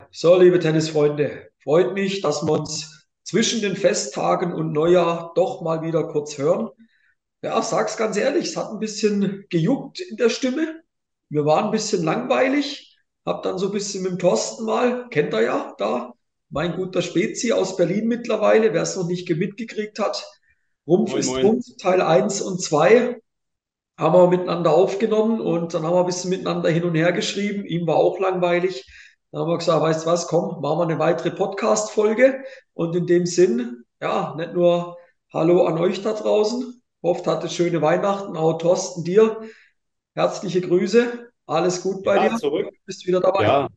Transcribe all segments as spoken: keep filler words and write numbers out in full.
So, liebe Tennisfreunde, freut mich, dass wir uns zwischen den Festtagen und Neujahr doch mal wieder kurz hören. Ja, sag's ganz ehrlich, es hat ein bisschen gejuckt in der Stimme. Wir waren ein bisschen langweilig. Hab dann so ein bisschen mit dem Thorsten mal, kennt er ja da, mein guter Spezi aus Berlin mittlerweile, wer es noch nicht mitgekriegt hat. Rumpf Moin, ist moin. Rumpf, Teil eins und zwei haben wir miteinander aufgenommen und dann haben wir ein bisschen miteinander hin und her geschrieben. Ihm war auch langweilig. Dann haben wir gesagt, weißt du was, komm, machen wir eine weitere Podcast-Folge. Und in dem Sinn, ja, nicht nur Hallo an euch da draußen. Hofft, hattet schöne Weihnachten. Auch Thorsten, dir herzliche Grüße. Alles gut bei dir. Ja, zurück. Du bist wieder dabei. Ja,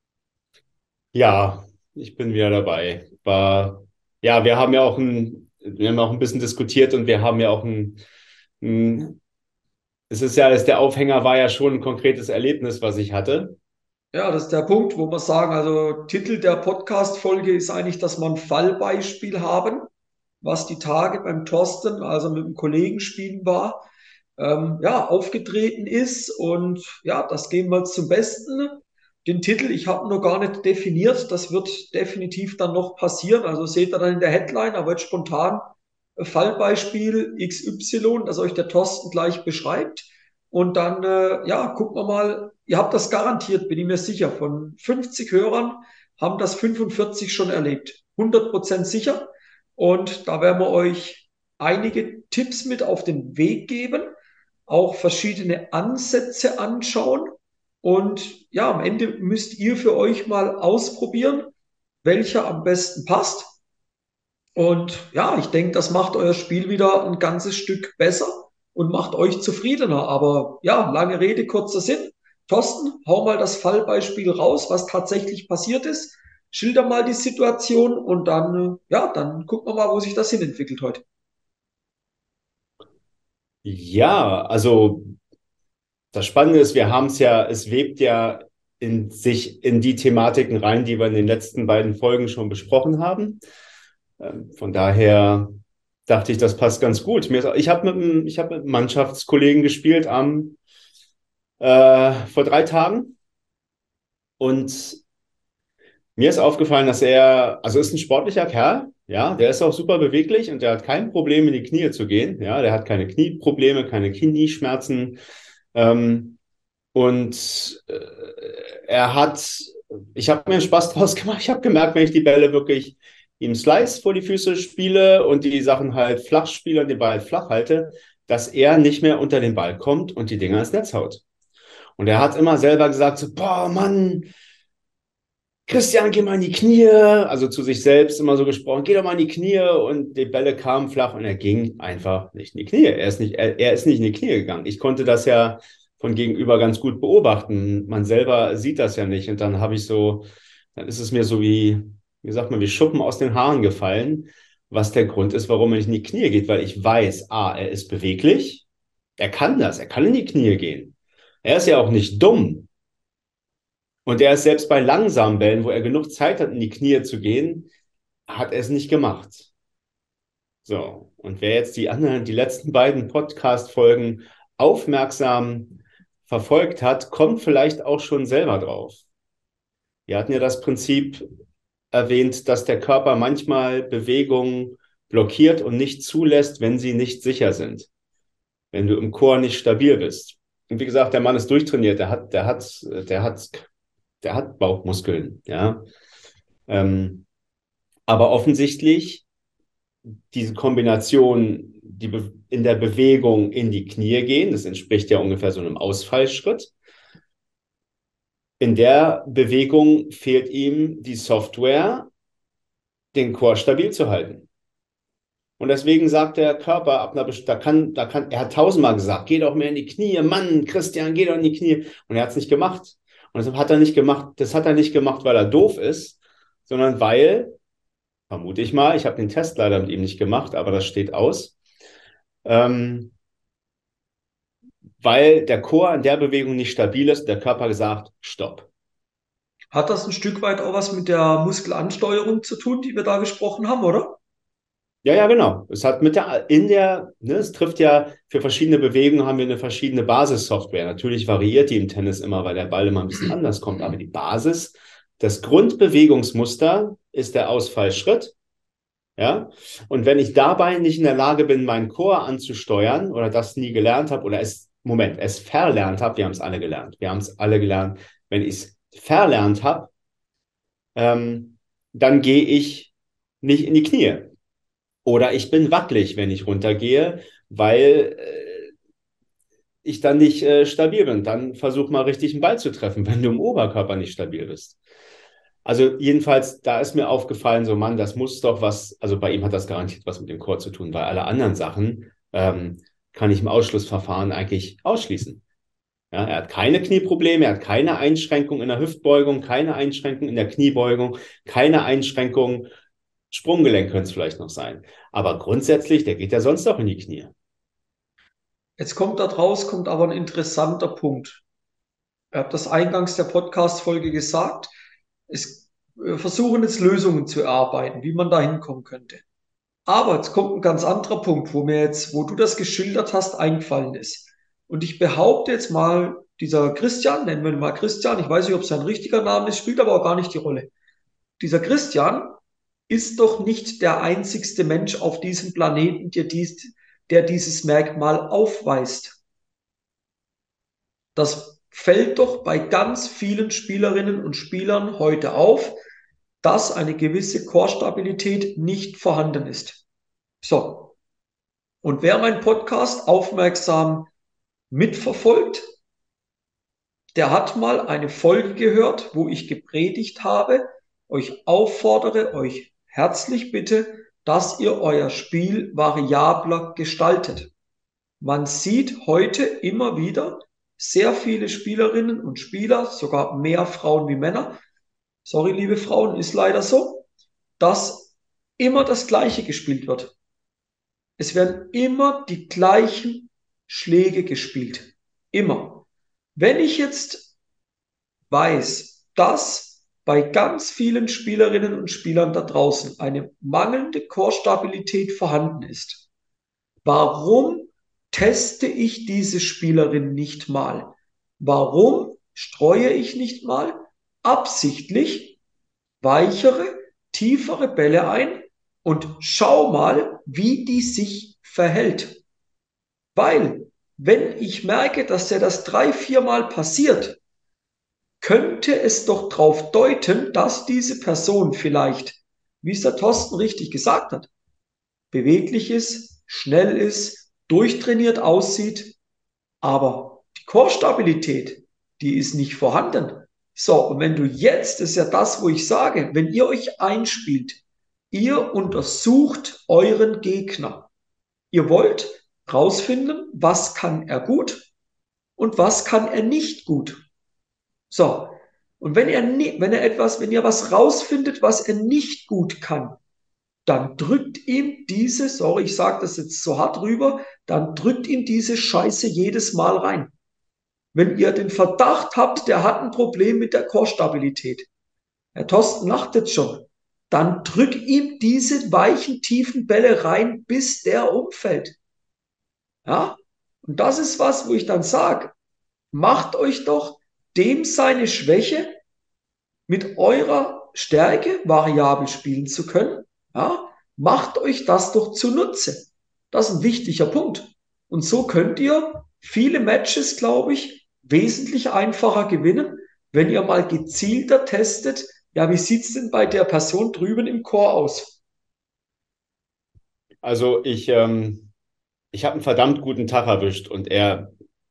ja, ich bin wieder dabei. War, ja, wir haben ja auch ein, wir haben auch ein bisschen diskutiert und wir haben ja auch ein, ein es ist ja, der Aufhänger war ja schon ein konkretes Erlebnis, was ich hatte. Ja, das ist der Punkt, wo wir sagen, also Titel der Podcast-Folge ist eigentlich, dass wir ein Fallbeispiel haben, was die Tage beim Thorsten, also mit dem Kollegen spielen war, ähm, ja, aufgetreten ist. Und ja, das geben wir zum Besten. Den Titel, ich habe noch gar nicht definiert, das wird definitiv dann noch passieren. Also seht ihr dann in der Headline, aber jetzt spontan äh, Fallbeispiel X Y, das euch der Thorsten gleich beschreibt. Und dann, äh, ja, gucken wir mal, ihr habt das garantiert, bin ich mir sicher, von fünfzig Hörern haben das fünfundvierzig schon erlebt. hundert Prozent sicher. Und da werden wir euch einige Tipps mit auf den Weg geben, auch verschiedene Ansätze anschauen. Und ja, am Ende müsst ihr für euch mal ausprobieren, welcher am besten passt. Und ja, ich denke, das macht euer Spiel wieder ein ganzes Stück besser und macht euch zufriedener. Aber ja, lange Rede, kurzer Sinn. Thorsten, hau mal das Fallbeispiel raus, was tatsächlich passiert ist. Schilder mal die Situation und dann, äh, ja, dann gucken wir mal, wo sich das hin entwickelt heute. Ja, also das Spannende ist, wir haben es ja, es webt ja in sich in die Thematiken rein, die wir in den letzten beiden Folgen schon besprochen haben. Ähm, Von daher dachte ich, das passt ganz gut. Mir ist, ich habe mit, einem- ich hab mit einem Mannschaftskollegen gespielt am, äh, vor drei Tagen und mir ist aufgefallen, dass er, also ist ein sportlicher Kerl, ja, der ist auch super beweglich und der hat kein Problem, in die Knie zu gehen. Ja, der hat keine Knieprobleme, keine Knieschmerzen. Ähm, und äh, er hat, ich habe mir Spaß draus gemacht. Ich habe gemerkt, wenn ich die Bälle wirklich ihm Slice vor die Füße spiele und die Sachen halt flach spiele und den Ball halt flach halte, dass er nicht mehr unter den Ball kommt und die Dinger ins Netz haut. Und er hat immer selber gesagt, so, boah, Mann, Christian, geh mal in die Knie, also zu sich selbst immer so gesprochen, geh doch mal in die Knie und die Bälle kamen flach und er ging einfach nicht in die Knie. Er ist nicht, er, er ist nicht in die Knie gegangen. Ich konnte das ja von gegenüber ganz gut beobachten. Man selber sieht das ja nicht und dann habe ich so, dann ist es mir so wie, wie sagt man, wie Schuppen aus den Haaren gefallen, was der Grund ist, warum er nicht in die Knie geht, weil ich weiß, A, er ist beweglich, er kann das, er kann in die Knie gehen. Er ist ja auch nicht dumm. Und er ist selbst bei langsamen Bällen, wo er genug Zeit hat, in die Knie zu gehen, hat er es nicht gemacht. So, und wer jetzt die anderen, die letzten beiden Podcast-Folgen aufmerksam verfolgt hat, kommt vielleicht auch schon selber drauf. Wir hatten ja das Prinzip erwähnt, dass der Körper manchmal Bewegungen blockiert und nicht zulässt, wenn sie nicht sicher sind, wenn du im Chor nicht stabil bist. Und wie gesagt, der Mann ist durchtrainiert, der hat, der hat, der hat, der hat Bauchmuskeln, ja. Ähm, aber offensichtlich diese Kombination, die Be in der Bewegung in die Knie gehen, das entspricht ja ungefähr so einem Ausfallschritt. In der Bewegung fehlt ihm die Software, den Core stabil zu halten. Und deswegen sagt der Körper ab einer da kann, da kann, er hat tausendmal gesagt, geh doch mehr in die Knie, Mann, Christian, geh doch in die Knie. Und er hat es nicht gemacht. Und deshalb hat er nicht gemacht, das hat er nicht gemacht, weil er doof ist, sondern weil, vermute ich mal, ich habe den Test leider mit ihm nicht gemacht, aber das steht aus, ähm, weil der Chor in der Bewegung nicht stabil ist, der Körper gesagt, stopp. Hat das ein Stück weit auch was mit der Muskelansteuerung zu tun, die wir da gesprochen haben, oder? Ja, ja, genau. Es hat mit der, in der, ne, es trifft ja, für verschiedene Bewegungen haben wir eine verschiedene Basissoftware. Natürlich variiert die im Tennis immer, weil der Ball immer ein bisschen anders kommt, aber die Basis Das Grundbewegungsmuster ist der Ausfallschritt. Ja, und wenn ich dabei nicht in der Lage bin, meinen Core anzusteuern oder das nie gelernt habe oder es, Moment, es verlernt habe, wir haben es alle gelernt, wir haben es alle gelernt, wenn ich es verlernt habe, ähm, dann gehe ich nicht in die Knie. Oder ich bin wackelig, wenn ich runtergehe, weil äh, ich dann nicht äh, stabil bin. Dann versuch mal richtig einen Ball zu treffen, wenn du im Oberkörper nicht stabil bist. Also jedenfalls, da ist mir aufgefallen, so Mann, das muss doch was, also bei ihm hat das garantiert was mit dem Chor zu tun, weil alle anderen Sachen ähm, kann ich im Ausschlussverfahren eigentlich ausschließen. Ja, er hat keine Knieprobleme, er hat keine Einschränkung in der Hüftbeugung, keine Einschränkung in der Kniebeugung, keine Einschränkung, Sprunggelenk könnte es vielleicht noch sein. Aber grundsätzlich, der geht ja sonst auch in die Knie. Jetzt kommt da draus, kommt aber ein interessanter Punkt. Ich habe das eingangs der Podcast-Folge gesagt. Es, wir versuchen jetzt Lösungen zu erarbeiten, wie man da hinkommen könnte. Aber jetzt kommt ein ganz anderer Punkt, wo mir jetzt, wo du das geschildert hast, eingefallen ist. Und ich behaupte jetzt mal, dieser Christian, nennen wir ihn mal Christian, ich weiß nicht, ob es sein richtiger Name ist, spielt aber auch gar nicht die Rolle. Dieser Christian ist doch nicht der einzigste Mensch auf diesem Planeten, der, dies, der dieses Merkmal aufweist. Das fällt doch bei ganz vielen Spielerinnen und Spielern heute auf, dass eine gewisse Core-Stabilität nicht vorhanden ist. So, und wer meinen Podcast aufmerksam mitverfolgt, der hat mal eine Folge gehört, wo ich gepredigt habe, euch auffordere, euch herzlich bitte, dass ihr euer Spiel variabler gestaltet. Man sieht heute immer wieder sehr viele Spielerinnen und Spieler, sogar mehr Frauen wie Männer. Sorry, liebe Frauen, ist leider so, dass immer das Gleiche gespielt wird. Es werden immer die gleichen Schläge gespielt. Immer. Wenn ich jetzt weiß, dass bei ganz vielen Spielerinnen und Spielern da draußen eine mangelnde Core-Stabilität vorhanden ist, warum teste ich diese Spielerin nicht mal? Warum streue ich nicht mal absichtlich weichere, tiefere Bälle ein und schau mal, wie die sich verhält? Weil, wenn ich merke, dass der das drei, viermal passiert, könnte es doch darauf deuten, dass diese Person vielleicht, wie es der Thorsten richtig gesagt hat, beweglich ist, schnell ist, durchtrainiert aussieht, aber die Core-Stabilität, die ist nicht vorhanden. So, und wenn du jetzt, das ist ja das, wo ich sage, wenn ihr euch einspielt, ihr untersucht euren Gegner. Ihr wollt rausfinden, was kann er gut und was kann er nicht gut. So, und wenn er, wenn er etwas, wenn ihr was rausfindet, was er nicht gut kann, dann drückt ihm diese, sorry, ich sage das jetzt so hart rüber, dann drückt ihm diese Scheiße jedes Mal rein. Wenn ihr den Verdacht habt, der hat ein Problem mit der Core-Stabilität, Herr Thorsten lacht jetzt schon, dann drück ihm diese weichen, tiefen Bälle rein, bis der umfällt. Ja? Und das ist was, wo ich dann sage, macht euch doch dem seine Schwäche mit eurer Stärke variabel spielen zu können. Ja? Macht euch das doch zunutze. Das ist ein wichtiger Punkt. Und so könnt ihr viele Matches, glaube ich, wesentlich einfacher gewinnen, wenn ihr mal gezielter testet, ja, wie sieht's denn bei der Person drüben im Chor aus? Also ich, ähm, ich habe einen verdammt guten Tag erwischt und er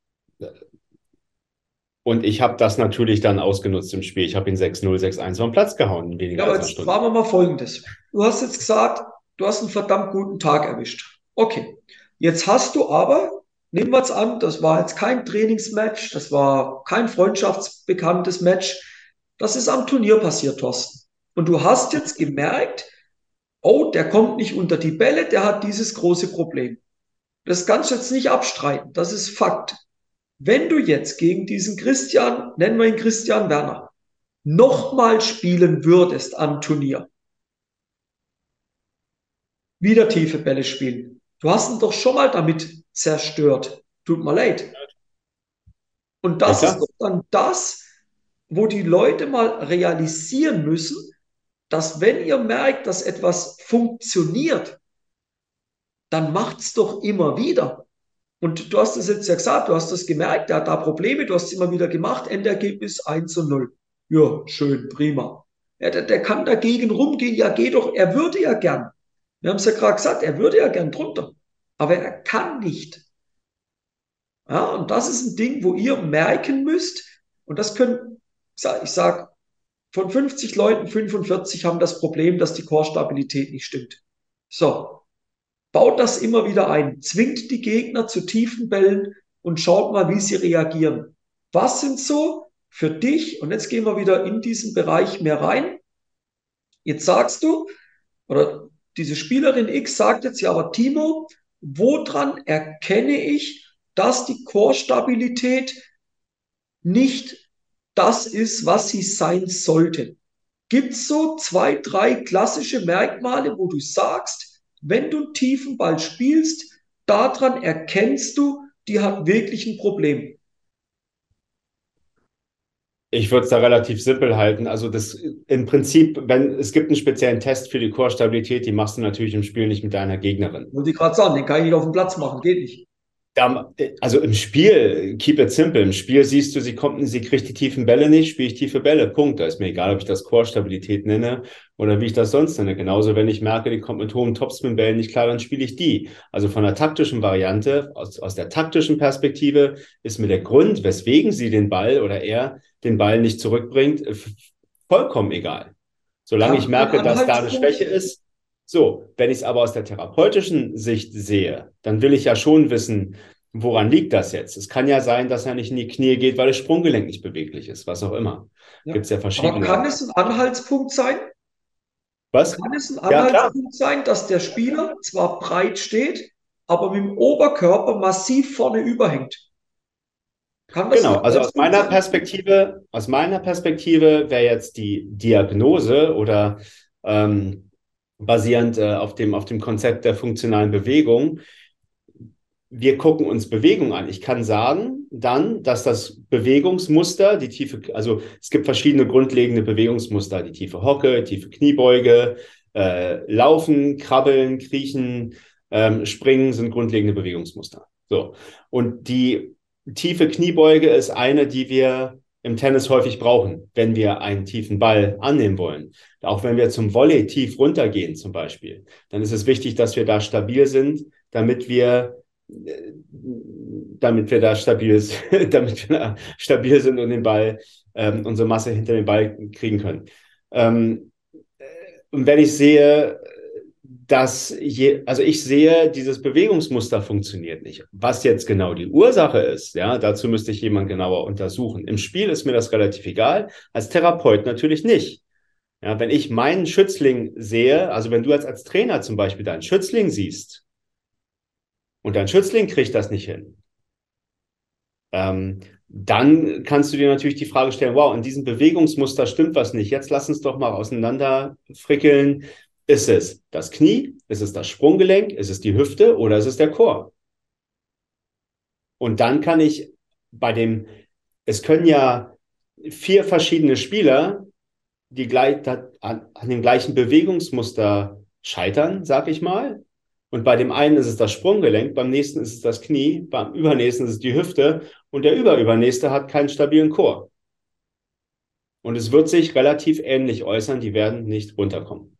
und ich habe das natürlich dann ausgenutzt im Spiel. Ich habe ihn sechs null, sechs eins vom Platz gehauen in Ja, weniger aber als einer jetzt Stunde. fragen wir mal Folgendes. Du hast jetzt gesagt, du hast einen verdammt guten Tag erwischt. Okay. Jetzt hast du aber, nehmen wir es an, das war jetzt kein Trainingsmatch, das war kein freundschaftsbekanntes Match. Das ist am Turnier passiert, Thorsten. Und du hast jetzt gemerkt, oh, der kommt nicht unter die Bälle, der hat dieses große Problem. Das kannst du jetzt nicht abstreiten, das ist Fakt. Wenn du jetzt gegen diesen Christian, nennen wir ihn Christian Werner, nochmal spielen würdest am Turnier, wieder tiefe Bälle spielen. Du hast ihn doch schon mal damit zerstört. Tut mir leid. Und Ja das ist klar. doch dann das, wo die Leute mal realisieren müssen, dass wenn ihr merkt, dass etwas funktioniert, dann macht's doch immer wieder. Und du hast es jetzt ja gesagt, du hast das gemerkt, der hat da Probleme, du hast es immer wieder gemacht, Endergebnis eins zu null. Ja, schön, prima. Ja, der, der kann dagegen rumgehen, ja, geh doch, er würde ja gern. Wir haben es ja gerade gesagt, er würde ja gern drunter, aber er kann nicht. Ja, und das ist ein Ding, wo ihr merken müsst, und das können, ich sage, von fünfzig Leuten, fünfundvierzig haben das Problem, dass die Core-Stabilität nicht stimmt. So, baut das immer wieder ein, zwingt die Gegner zu tiefen Bällen und schaut mal, wie sie reagieren. Was sind so für dich, und jetzt gehen wir wieder in diesen Bereich mehr rein, jetzt sagst du, oder diese Spielerin X sagt jetzt ja, aber Timo, woran erkenne ich, dass die Core-Stabilität nicht das ist, was sie sein sollte? Gibt es so zwei, drei klassische Merkmale, wo du sagst, wenn du einen tiefen Ball spielst, daran erkennst du, die hat wirklich ein Problem? Ich würde es da relativ simpel halten. Also das im Prinzip, wenn es gibt einen speziellen Test für die Core-Stabilität, die machst du natürlich im Spiel nicht mit deiner Gegnerin. Wollte ich gerade sagen, den kann ich nicht auf dem Platz machen, geht nicht. Da, also im Spiel, keep it simple. Im Spiel siehst du, sie kommt, sie kriegt die tiefen Bälle nicht, spiele ich tiefe Bälle. Punkt. Da ist mir egal, ob ich das Core-Stabilität nenne oder wie ich das sonst nenne. Genauso, wenn ich merke, die kommt mit hohen Topspin-Bällen nicht klar, dann spiele ich die. Also von der taktischen Variante, aus, aus der taktischen Perspektive, ist mir der Grund, weswegen sie den Ball oder er den Ball nicht zurückbringt, vollkommen egal. Solange ich Kann ein merke, dass da eine Anhaltspunkt, Schwäche ist. So, wenn ich es aber aus der therapeutischen Sicht sehe, dann will ich ja schon wissen, woran liegt das jetzt? Es kann ja sein, dass er nicht in die Knie geht, weil das Sprunggelenk nicht beweglich ist, was auch immer. ja. Gibt es ja Aber verschiedene. kann es ein Anhaltspunkt sein? Was? Kann es ein Ja, klar. Anhaltspunkt sein, dass der Spieler zwar breit steht, aber mit dem Oberkörper massiv vorne überhängt? Kann das ein Genau. Also aus Anhaltspunkt meiner sein? Perspektive, aus meiner Perspektive wäre jetzt die Diagnose oder ähm, basierend äh, auf dem, auf dem Konzept der funktionalen Bewegung. Wir gucken uns Bewegung an. Ich kann sagen dann, dass das Bewegungsmuster, die tiefe, also es gibt verschiedene grundlegende Bewegungsmuster, die tiefe Hocke, tiefe Kniebeuge, äh, Laufen, Krabbeln, Kriechen, ähm, Springen sind grundlegende Bewegungsmuster. So. Und die tiefe Kniebeuge ist eine, die wir im Tennis häufig brauchen, wenn wir einen tiefen Ball annehmen wollen. Auch wenn wir zum Volley tief runtergehen zum Beispiel, dann ist es wichtig, dass wir da stabil sind, damit wir damit wir da stabil, damit wir da stabil sind und den Ball, ähm, unsere Masse hinter den Ball kriegen können. Ähm, und wenn ich sehe, dass je, also ich sehe, dieses Bewegungsmuster funktioniert nicht. Was jetzt genau die Ursache ist, ja, dazu müsste ich jemand genauer untersuchen. Im Spiel ist mir das relativ egal, als Therapeut natürlich nicht. Ja, wenn ich meinen Schützling sehe, also wenn du als, als Trainer zum Beispiel deinen Schützling siehst, und dein Schützling kriegt das nicht hin, ähm, dann kannst du dir natürlich die Frage stellen, wow, in diesem Bewegungsmuster stimmt was nicht. Jetzt lass uns doch mal auseinander frickeln. Ist es das Knie? Ist es das Sprunggelenk? Ist es die Hüfte oder ist es der Chor? Und dann kann ich bei dem, es können ja vier verschiedene Spieler, die gleich an, an dem gleichen Bewegungsmuster scheitern, sag ich mal. Und bei dem einen ist es das Sprunggelenk, beim nächsten ist es das Knie, beim übernächsten ist es die Hüfte und der überübernächste hat keinen stabilen Chor. Und es wird sich relativ ähnlich äußern, die werden nicht runterkommen.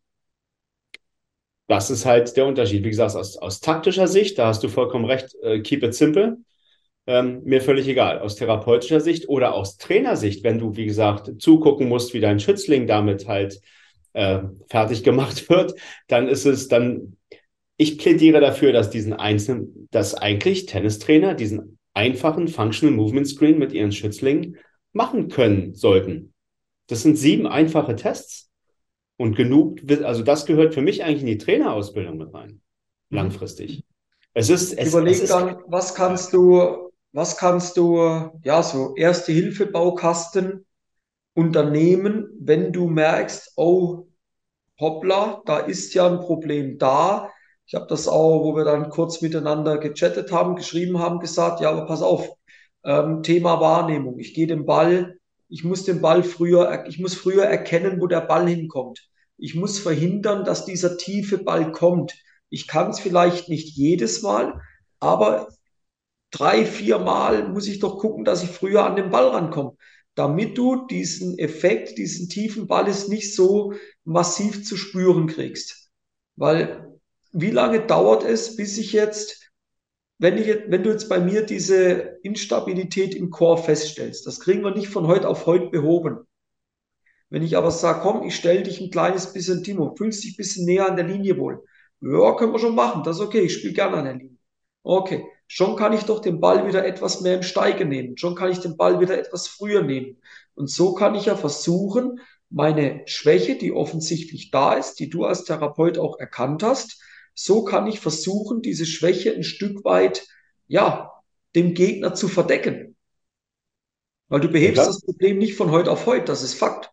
Das ist halt der Unterschied. Wie gesagt, aus, aus taktischer Sicht, da hast du vollkommen recht, äh, keep it simple. Ähm, mir völlig egal. Aus therapeutischer Sicht oder aus Trainersicht, wenn du, wie gesagt, zugucken musst, wie dein Schützling damit halt äh, fertig gemacht wird, dann ist es dann, ich plädiere dafür, dass diesen einzelnen, dass eigentlich Tennistrainer diesen einfachen Functional Movement Screen mit ihren Schützlingen machen können sollten. Das sind sieben einfache Tests und genug, also das gehört für mich eigentlich in die Trainerausbildung mit rein, langfristig. Es ist, Ich es, es überlege ist, dann, was kannst du, was kannst du, ja, so Erste-Hilfe-Baukasten unternehmen, wenn du merkst, oh, hoppla, da ist ja ein Problem da. Ich habe das auch, wo wir dann kurz miteinander gechattet haben, geschrieben haben, gesagt, ja, aber pass auf, ähm, Thema Wahrnehmung. Ich gehe den Ball Ich muss den Ball früher, ich muss früher erkennen, wo der Ball hinkommt. Ich muss verhindern, dass dieser tiefe Ball kommt. Ich kann es vielleicht nicht jedes Mal, aber drei, vier Mal muss ich doch gucken, dass ich früher an den Ball rankomme, damit du diesen Effekt, diesen tiefen Balles nicht so massiv zu spüren kriegst. Weil wie lange dauert es, bis ich jetzt, wenn, ich, wenn du jetzt bei mir diese Instabilität im Core feststellst, das kriegen wir nicht von heute auf heute behoben. Wenn ich aber sage, komm, ich stelle dich ein kleines bisschen, Timo, fühlst dich ein bisschen näher an der Linie wohl. Ja, können wir schon machen, das ist okay, ich spiele gerne an der Linie. Okay, schon kann ich doch den Ball wieder etwas mehr im Steige nehmen. Schon kann ich den Ball wieder etwas früher nehmen. Und so kann ich ja versuchen, meine Schwäche, die offensichtlich da ist, die du als Therapeut auch erkannt hast, so kann ich versuchen, diese Schwäche ein Stück weit, ja, dem Gegner zu verdecken. Weil du Ja, behebst klar. das Problem nicht von heute auf heute, das ist Fakt.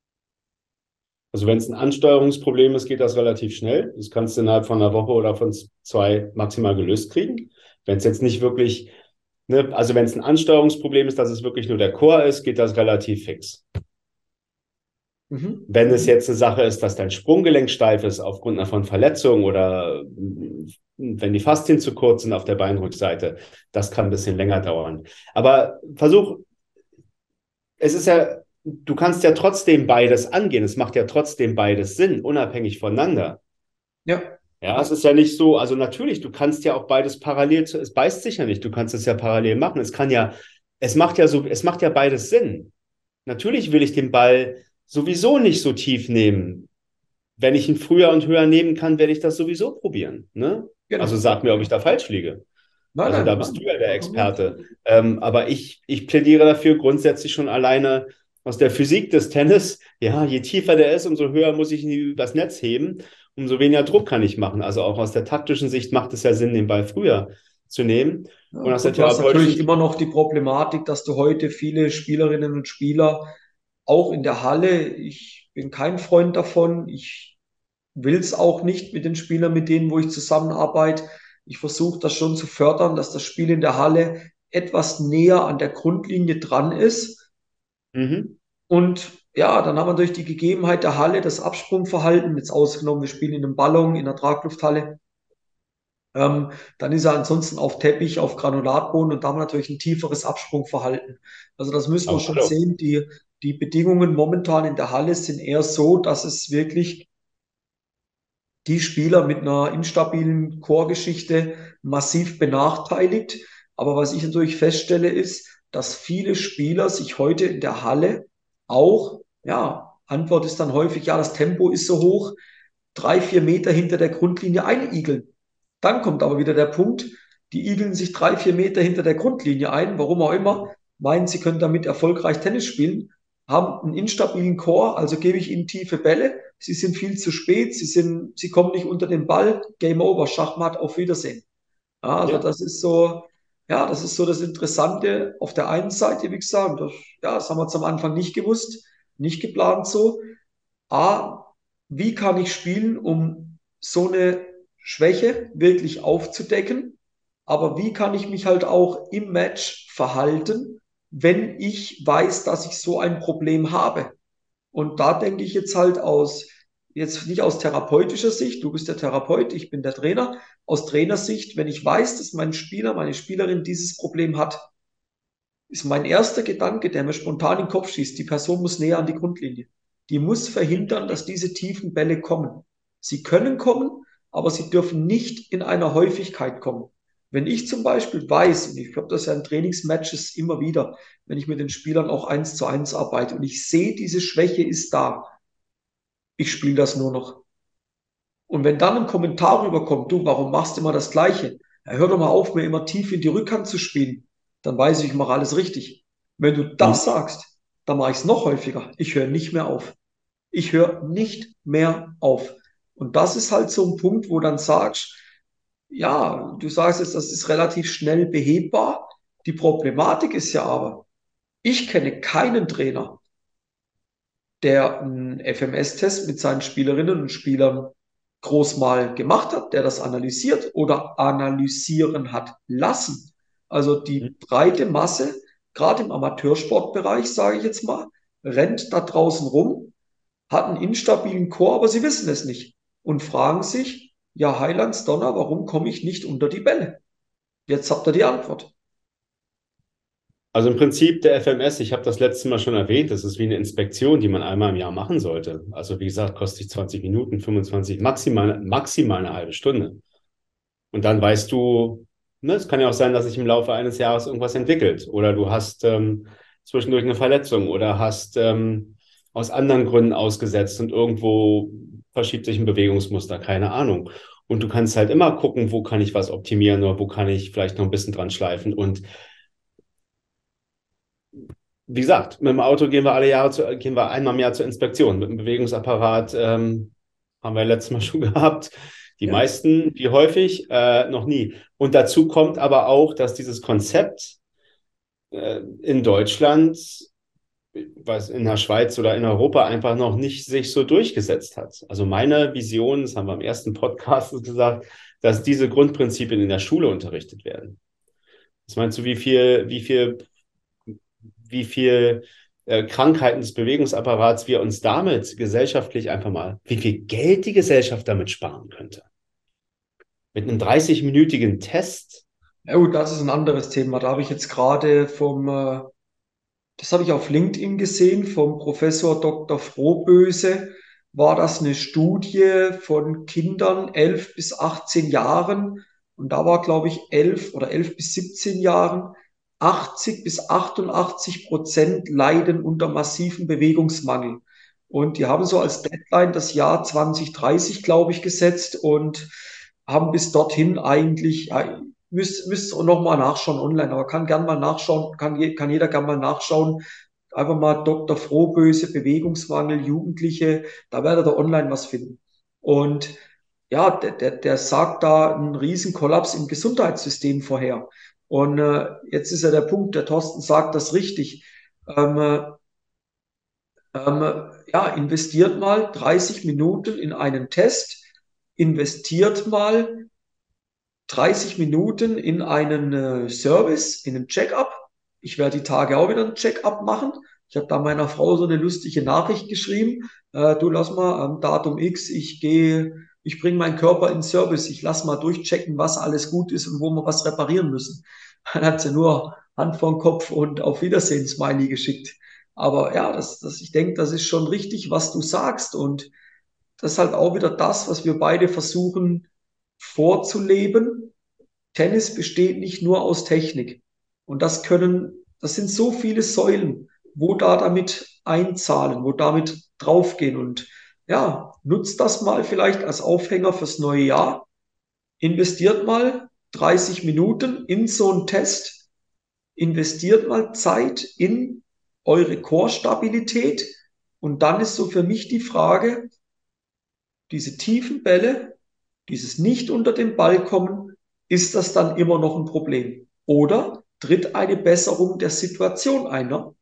Also wenn es ein Ansteuerungsproblem ist, geht das relativ schnell. Das kannst du innerhalb von einer Woche oder von zwei maximal gelöst kriegen. Wenn es jetzt nicht wirklich, ne, also wenn es ein Ansteuerungsproblem ist, dass es wirklich nur der Core ist, geht das relativ fix. Mhm. Wenn es Mhm. jetzt eine Sache ist, dass dein Sprunggelenk steif ist aufgrund von Verletzung oder wenn die Faszien zu kurz sind auf der Beinrückseite, das kann ein bisschen länger dauern. Aber versuch, es ist ja, du kannst ja trotzdem beides angehen. Es macht ja trotzdem beides Sinn, unabhängig voneinander. Ja. Ja, es ist ja nicht so, also natürlich, du kannst ja auch beides parallel, es beißt sich ja nicht, du kannst es ja parallel machen. Es kann ja, es macht ja so, es macht ja beides Sinn. Natürlich will ich den Ball sowieso nicht so tief nehmen. Wenn ich ihn früher und höher nehmen kann, werde ich das sowieso probieren. Ne? Also Genau. sag mir, ob ich da falsch liege. Nein, Also da nein, bist du nein. ja der Vollkommen richtig. Experte. Ähm, aber ich, ich plädiere dafür grundsätzlich schon alleine aus der Physik des Tennis. Ja, je tiefer der ist, umso höher muss ich ihn übers Netz heben, umso weniger Druck kann ich machen. Also auch aus der taktischen Sicht macht es ja Sinn, den Ball früher zu nehmen. Ja, Und aus der gut, du hast therapeutischen natürlich Sicht. immer noch die Problematik, dass du heute viele Spielerinnen und Spieler auch in der Halle, ich bin kein Freund davon, ich will es auch nicht mit den Spielern, mit denen, wo ich zusammenarbeite. Ich versuche das schon zu fördern, dass das Spiel in der Halle etwas näher an der Grundlinie dran ist. Mhm. Und ja, dann haben wir durch die Gegebenheit der Halle das Absprungverhalten, jetzt ausgenommen, wir spielen in einem Ballon, in einer Traglufthalle. Ähm, dann ist er ansonsten auf Teppich, auf Granulatboden und da haben wir natürlich ein tieferes Absprungverhalten. Also das müssen wir Aber schon hallo. sehen. Die, die Bedingungen momentan in der Halle sind eher so, dass es wirklich die Spieler mit einer instabilen Core-Geschichte massiv benachteiligt. Aber was ich natürlich feststelle, ist, dass viele Spieler sich heute in der Halle auch, ja, Antwort ist dann häufig, ja, das Tempo ist so hoch, drei, vier Meter hinter der Grundlinie einigeln. Dann kommt aber wieder der Punkt, die igeln sich drei, vier Meter hinter der Grundlinie ein, warum auch immer, meinen, sie können damit erfolgreich Tennis spielen, haben einen instabilen Core, also gebe ich ihnen tiefe Bälle, sie sind viel zu spät, sie sind, sie kommen nicht unter den Ball, Game over, Schachmatt, auf Wiedersehen. Ja, also Ja. das ist so, ja, das ist so das Interessante auf der einen Seite, wie gesagt, das, ja, das haben wir zum Anfang nicht gewusst, nicht geplant so. A, wie kann ich spielen, um so eine Schwäche wirklich aufzudecken? Aber wie kann ich mich halt auch im Match verhalten, wenn ich weiß, dass ich so ein Problem habe? Und da denke ich jetzt halt aus, jetzt nicht aus therapeutischer Sicht, du bist der Therapeut, ich bin der Trainer, aus Trainersicht, wenn ich weiß, dass mein Spieler, meine Spielerin dieses Problem hat, ist mein erster Gedanke, der mir spontan in den Kopf schießt, die Person muss näher an die Grundlinie. Die muss verhindern, dass diese tiefen Bälle kommen. Sie können kommen, aber sie dürfen nicht in einer Häufigkeit kommen. Wenn ich zum Beispiel weiß, und ich habe das ja in Trainingsmatches immer wieder, wenn ich mit den Spielern auch eins zu eins arbeite und ich sehe, diese Schwäche ist da, ich spiele das nur noch. Und wenn dann ein Kommentar rüberkommt, du, warum machst du immer das Gleiche? Ja, hör doch mal auf, mir immer tief in die Rückhand zu spielen. Dann weiß ich, ich mache alles richtig. Wenn du das Mhm. sagst, dann mache ich es noch häufiger. Ich höre nicht mehr auf. Ich höre nicht mehr auf. Und das ist halt so ein Punkt, wo dann sagst, ja, du sagst jetzt, das ist relativ schnell behebbar. Die Problematik ist ja aber, ich kenne keinen Trainer, der einen F M S-Test mit seinen Spielerinnen und Spielern groß mal gemacht hat, der das analysiert oder analysieren hat lassen. Also die breite Masse gerade im Amateursportbereich, sage ich jetzt mal, rennt da draußen rum, hat einen instabilen Core, aber sie wissen es nicht und fragen sich, ja, Heilandsdonner, warum komme ich nicht unter die Bälle? Jetzt habt ihr die Antwort. Also im Prinzip der F M S, ich habe das letzte Mal schon erwähnt, das ist wie eine Inspektion, die man einmal im Jahr machen sollte. Also wie gesagt, kostet sich zwanzig Minuten, fünfundzwanzig, maximal, maximal eine halbe Stunde. Und dann weißt du, ne, es kann ja auch sein, dass sich im Laufe eines Jahres irgendwas entwickelt. Oder du hast ähm, zwischendurch eine Verletzung oder hast ähm, aus anderen Gründen ausgesetzt und irgendwo verschiebt sich ein Bewegungsmuster, keine Ahnung. Und du kannst halt immer gucken, wo kann ich was optimieren oder wo kann ich vielleicht noch ein bisschen dran schleifen. Und wie gesagt, mit dem Auto gehen wir alle Jahre zu, gehen wir einmal im Jahr zur Inspektion. Mit dem Bewegungsapparat ähm, haben wir letztes Mal schon gehabt. Die Ja. meisten, wie häufig, äh, noch nie. Und dazu kommt aber auch, dass dieses Konzept äh, in Deutschland, was in der Schweiz oder in Europa einfach noch nicht sich so durchgesetzt hat. Also meine Vision, das haben wir im ersten Podcast gesagt, dass diese Grundprinzipien in der Schule unterrichtet werden. Was meinst du, wie viel, wie viel wie viel äh, Krankheiten des Bewegungsapparats wir uns damit gesellschaftlich einfach mal, wie viel Geld die Gesellschaft damit sparen könnte. Mit einem dreißig-minütigen Test. Ja gut, das ist ein anderes Thema. Da habe ich jetzt gerade vom, äh, das habe ich auf LinkedIn gesehen, vom Professor Doktor Frohböse, war das eine Studie von Kindern elf bis achtzehn Jahren. Und da war, glaube ich, elf oder elf bis siebzehn Jahren, achtzig bis achtundachtzig Prozent leiden unter massivem Bewegungsmangel. Und die haben so als Deadline das Jahr zwanzig dreißig, glaube ich, gesetzt und haben bis dorthin eigentlich, ja, müsst, müsst noch mal nachschauen online, aber kann gern mal nachschauen, kann, je- kann jeder gern mal nachschauen. Einfach mal Doktor Frohböse, Bewegungsmangel, Jugendliche, da werdet ihr online was finden. Und ja, der, der, der sagt da einen riesen Kollaps im Gesundheitssystem vorher. Und äh, jetzt ist ja der Punkt, der Thorsten sagt das richtig. Ähm, äh, ähm, ja, investiert mal dreißig Minuten in einen Test, investiert mal dreißig Minuten in einen äh, Service, in einen Check-up. Ich werde die Tage auch wieder einen Check-up machen. Ich habe da meiner Frau so eine lustige Nachricht geschrieben. Äh, du lass mal am Datum X, ich gehe, ich bringe meinen Körper in Service. Ich lass mal durchchecken, was alles gut ist und wo wir was reparieren müssen. Dann hat sie nur Hand vor den Kopf und auf Wiedersehen Smiley geschickt. Aber ja, das, das, ich denke, das ist schon richtig, was du sagst. Und das ist halt auch wieder das, was wir beide versuchen vorzuleben. Tennis besteht nicht nur aus Technik. Und das können, das sind so viele Säulen, wo da damit einzahlen, wo damit draufgehen. Und ja, nutzt das mal vielleicht als Aufhänger fürs neue Jahr. Investiert mal dreißig Minuten in so einen Test. Investiert mal Zeit in eure Core-Stabilität. Und dann ist so für mich die Frage, diese tiefen Bälle, dieses nicht unter den Ball kommen, ist das dann immer noch ein Problem? Oder tritt eine Besserung der Situation ein? Ne?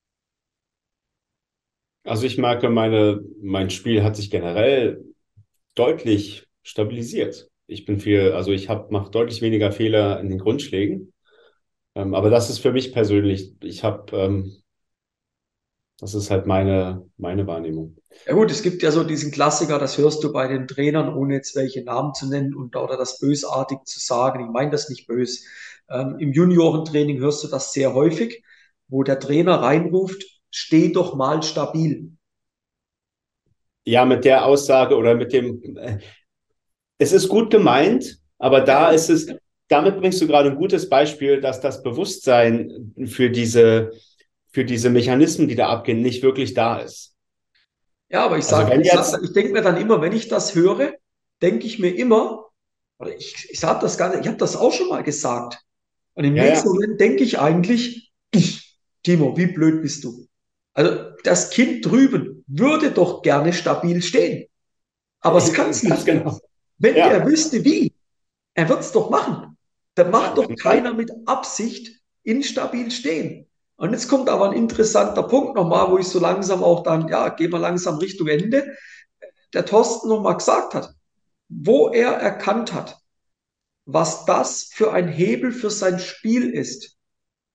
Also ich merke, meine, mein Spiel hat sich generell deutlich stabilisiert. Ich bin viel, also ich habe mache deutlich weniger Fehler in den Grundschlägen. Ähm, aber das ist für mich persönlich, ich habe, ähm, das ist halt meine, meine Wahrnehmung. Ja gut, es gibt ja so diesen Klassiker, das hörst du bei den Trainern, ohne jetzt welche Namen zu nennen und oder das bösartig zu sagen. Ich meine das nicht bös. Ähm, Im Juniorentraining hörst du das sehr häufig, wo der Trainer reinruft, steh doch mal stabil. Ja, mit der Aussage oder mit dem, äh, es ist gut gemeint, aber Ja, da ist es, damit bringst du gerade ein gutes Beispiel, dass das Bewusstsein für diese, für diese Mechanismen, die da abgehen, nicht wirklich da ist. Ja, aber ich Also sag, wenn ich sag, jetzt, ich denke mir dann immer, wenn ich das höre, denke ich mir immer, oder ich, ich sage das gar nicht, ich habe das auch schon mal gesagt. Und im ja, nächsten ja, Moment denke ich eigentlich, Timo, wie blöd bist du? Also das Kind drüben würde doch gerne stabil stehen, aber es kann es ganz nicht. genau. Wenn der Ja, wüsste wie, er wird es doch machen. Da macht ja, doch keiner mit Absicht instabil stehen. Und jetzt kommt aber ein interessanter Punkt nochmal, wo ich so langsam auch dann, ja, gehen wir langsam Richtung Ende, der Thorsten nochmal gesagt hat, wo er erkannt hat, was das für ein Hebel für sein Spiel ist,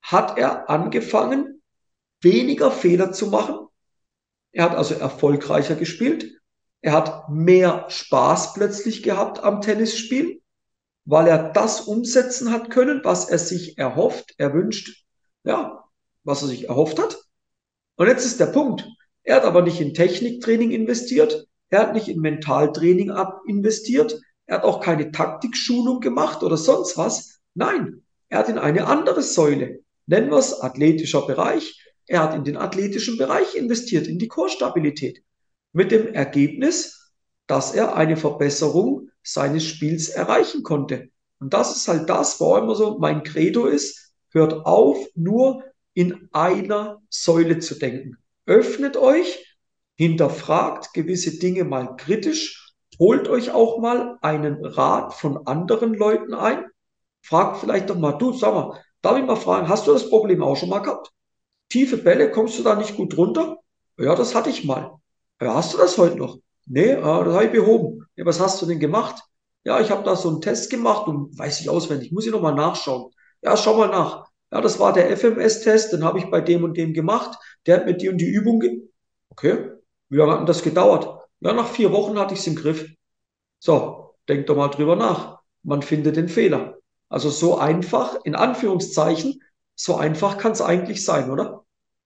hat er angefangen, weniger Fehler zu machen. Er hat also erfolgreicher gespielt. Er hat mehr Spaß plötzlich gehabt am Tennisspiel, weil er das umsetzen hat können, was er sich erhofft, erwünscht, ja, was er sich erhofft hat. Und jetzt ist der Punkt. Er hat aber nicht in Techniktraining investiert. Er hat nicht in Mentaltraining investiert. Er hat auch keine Taktikschulung gemacht oder sonst was. Nein, er hat in eine andere Säule. Nennen wir es athletischer Bereich. Er hat in den athletischen Bereich investiert, in die Core-Stabilität. Mit dem Ergebnis, dass er eine Verbesserung seines Spiels erreichen konnte. Und das ist halt das, wo immer so mein Credo ist, hört auf, nur in einer Säule zu denken. Öffnet euch, hinterfragt gewisse Dinge mal kritisch, holt euch auch mal einen Rat von anderen Leuten ein. Fragt vielleicht doch mal, du, sag mal, darf ich mal fragen, hast du das Problem auch schon mal gehabt? Tiefe Bälle, kommst du da nicht gut runter? Ja, das hatte ich mal. Ja, hast du das heute noch? Nee, äh, das habe ich behoben. Ja, was hast du denn gemacht? Ja, ich habe da so einen Test gemacht und weiß ich auswendig, muss ich nochmal nachschauen. Ja, schau mal nach. Ja, das war der F M S-Test, den habe ich bei dem und dem gemacht. Der hat mit dir und die Übung ge Okay, wie lange hat denn das gedauert? Ja, nach vier Wochen hatte ich es im Griff. So, denk doch mal drüber nach. Man findet den Fehler. Also so einfach, in Anführungszeichen, so einfach kann es eigentlich sein, oder?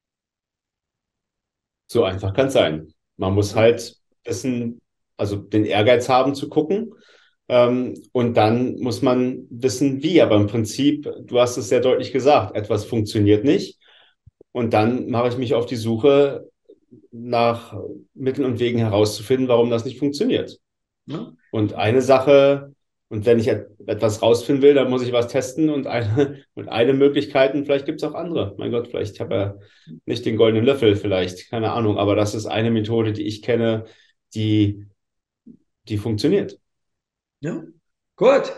So einfach kann es sein. Man muss halt wissen, also den Ehrgeiz haben zu gucken. Ähm, und dann muss man wissen, wie. Aber im Prinzip, du hast es sehr deutlich gesagt, etwas funktioniert nicht. Und dann mache ich mich auf die Suche nach Mitteln und Wegen herauszufinden, warum das nicht funktioniert. Ja, Und eine Sache, und wenn ich etwas rausfinden will, dann muss ich was testen und eine, und eine Möglichkeit, und vielleicht gibt es auch andere. Mein Gott, vielleicht habe ich ja nicht den goldenen Löffel, vielleicht, keine Ahnung, aber das ist eine Methode, die ich kenne, die, die funktioniert. ja. Gut.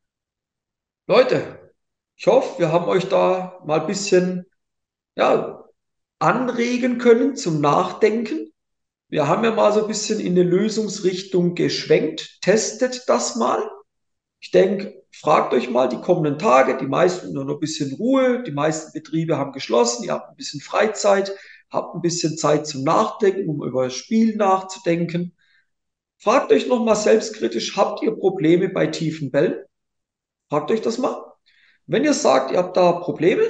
Leute, ich hoffe, wir haben euch da mal ein bisschen, ja, anregen können zum Nachdenken. Wir haben ja mal so ein bisschen in eine Lösungsrichtung geschwenkt. Testet das mal. Ich denke, fragt euch mal die kommenden Tage. Die meisten nur noch ein bisschen Ruhe. Die meisten Betriebe haben geschlossen. Ihr habt ein bisschen Freizeit, habt ein bisschen Zeit zum Nachdenken, um über das Spiel nachzudenken. Fragt euch nochmal selbstkritisch, habt ihr Probleme bei tiefen Bällen? Fragt euch das mal. Wenn ihr sagt, ihr habt da Probleme,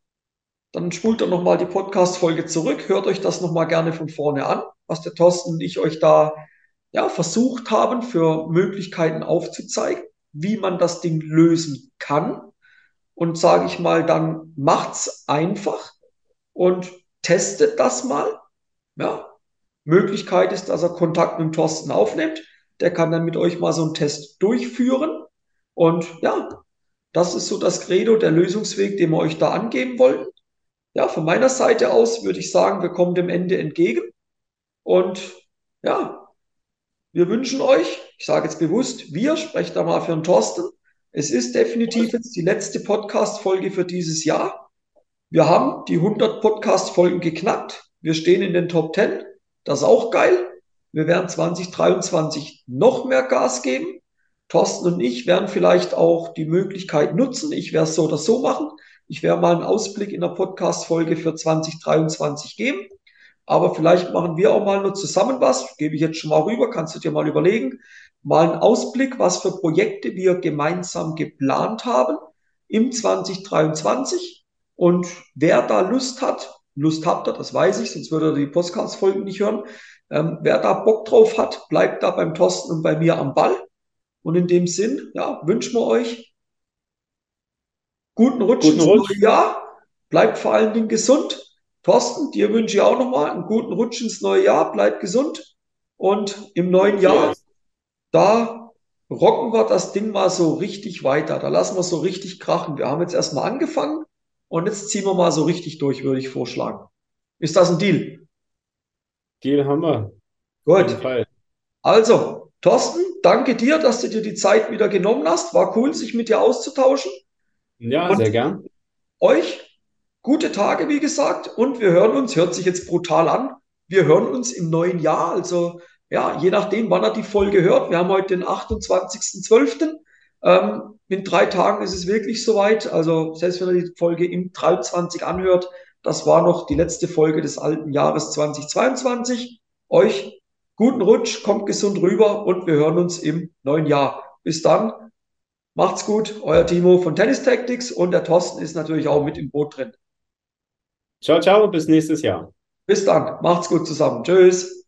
dann spult doch nochmal die Podcast-Folge zurück, hört euch das nochmal gerne von vorne an, was der Thorsten und ich euch da ja, versucht haben, für Möglichkeiten aufzuzeigen, wie man das Ding lösen kann. Und sage ich mal, dann macht's einfach und testet das mal. Ja. Möglichkeit ist, dass er Kontakt mit dem Thorsten aufnimmt. Der kann dann mit euch mal so einen Test durchführen. Und ja, das ist so das Credo, der Lösungsweg, den wir euch da angeben wollten. Ja, von meiner Seite aus würde ich sagen, wir kommen dem Ende entgegen. Und ja, wir wünschen euch, ich sage jetzt bewusst, wir, sprecht da mal für den Thorsten. Es ist definitiv jetzt die letzte Podcast-Folge für dieses Jahr. Wir haben die hundert Podcast-Folgen geknackt. Wir stehen in den Top zehn. Das ist auch geil. Wir werden zwanzig dreiundzwanzig noch mehr Gas geben. Thorsten und ich werden vielleicht auch die Möglichkeit nutzen. Ich werde es so oder so machen. Ich werde mal einen Ausblick in der Podcast-Folge für zwanzig dreiundzwanzig geben. Aber vielleicht machen wir auch mal nur zusammen was. Gebe ich jetzt schon mal rüber. Kannst du dir mal überlegen. Mal einen Ausblick, was für Projekte wir gemeinsam geplant haben im zwanzig dreiundzwanzig. Und wer da Lust hat, Lust habt ihr, das weiß ich, sonst würde ihr die Podcast-Folgen nicht hören. Ähm, wer da Bock drauf hat, bleibt da beim Thorsten und bei mir am Ball. Und in dem Sinn, ja, wünschen wir euch guten Rutsch Guten ins neue Rutsch. Jahr. Bleibt vor allen Dingen gesund. Thorsten, dir wünsche ich auch nochmal einen guten Rutsch ins neue Jahr. Bleibt gesund. Und im neuen Jahr, Cheers. da rocken wir das Ding mal so richtig weiter. Da lassen wir es so richtig krachen. Wir haben jetzt erstmal angefangen und jetzt ziehen wir mal so richtig durch, würde ich vorschlagen. Ist das ein Deal? Deal haben wir. Auf jeden Gut. Fall. Also, Thorsten, danke dir, dass du dir die Zeit wieder genommen hast. War cool, sich mit dir auszutauschen. Ja, Und sehr gern. euch gute Tage, wie gesagt. Und wir hören uns, hört sich jetzt brutal an. Wir hören uns im neuen Jahr. Also, ja, je nachdem, wann er die Folge hört. Wir haben heute den achtundzwanzigsten zwölften. Ähm, in drei Tagen ist es wirklich soweit. Also selbst wenn ihr die Folge im dreiundzwanzig anhört, das war noch die letzte Folge des alten Jahres zweitausendzweiundzwanzig. Euch guten Rutsch, kommt gesund rüber und wir hören uns im neuen Jahr. Bis dann, macht's gut, euer Timo von Tennis Tactics und der Thorsten ist natürlich auch mit im Boot drin. Ciao, ciao, bis nächstes Jahr. Bis dann, macht's gut zusammen. Tschüss.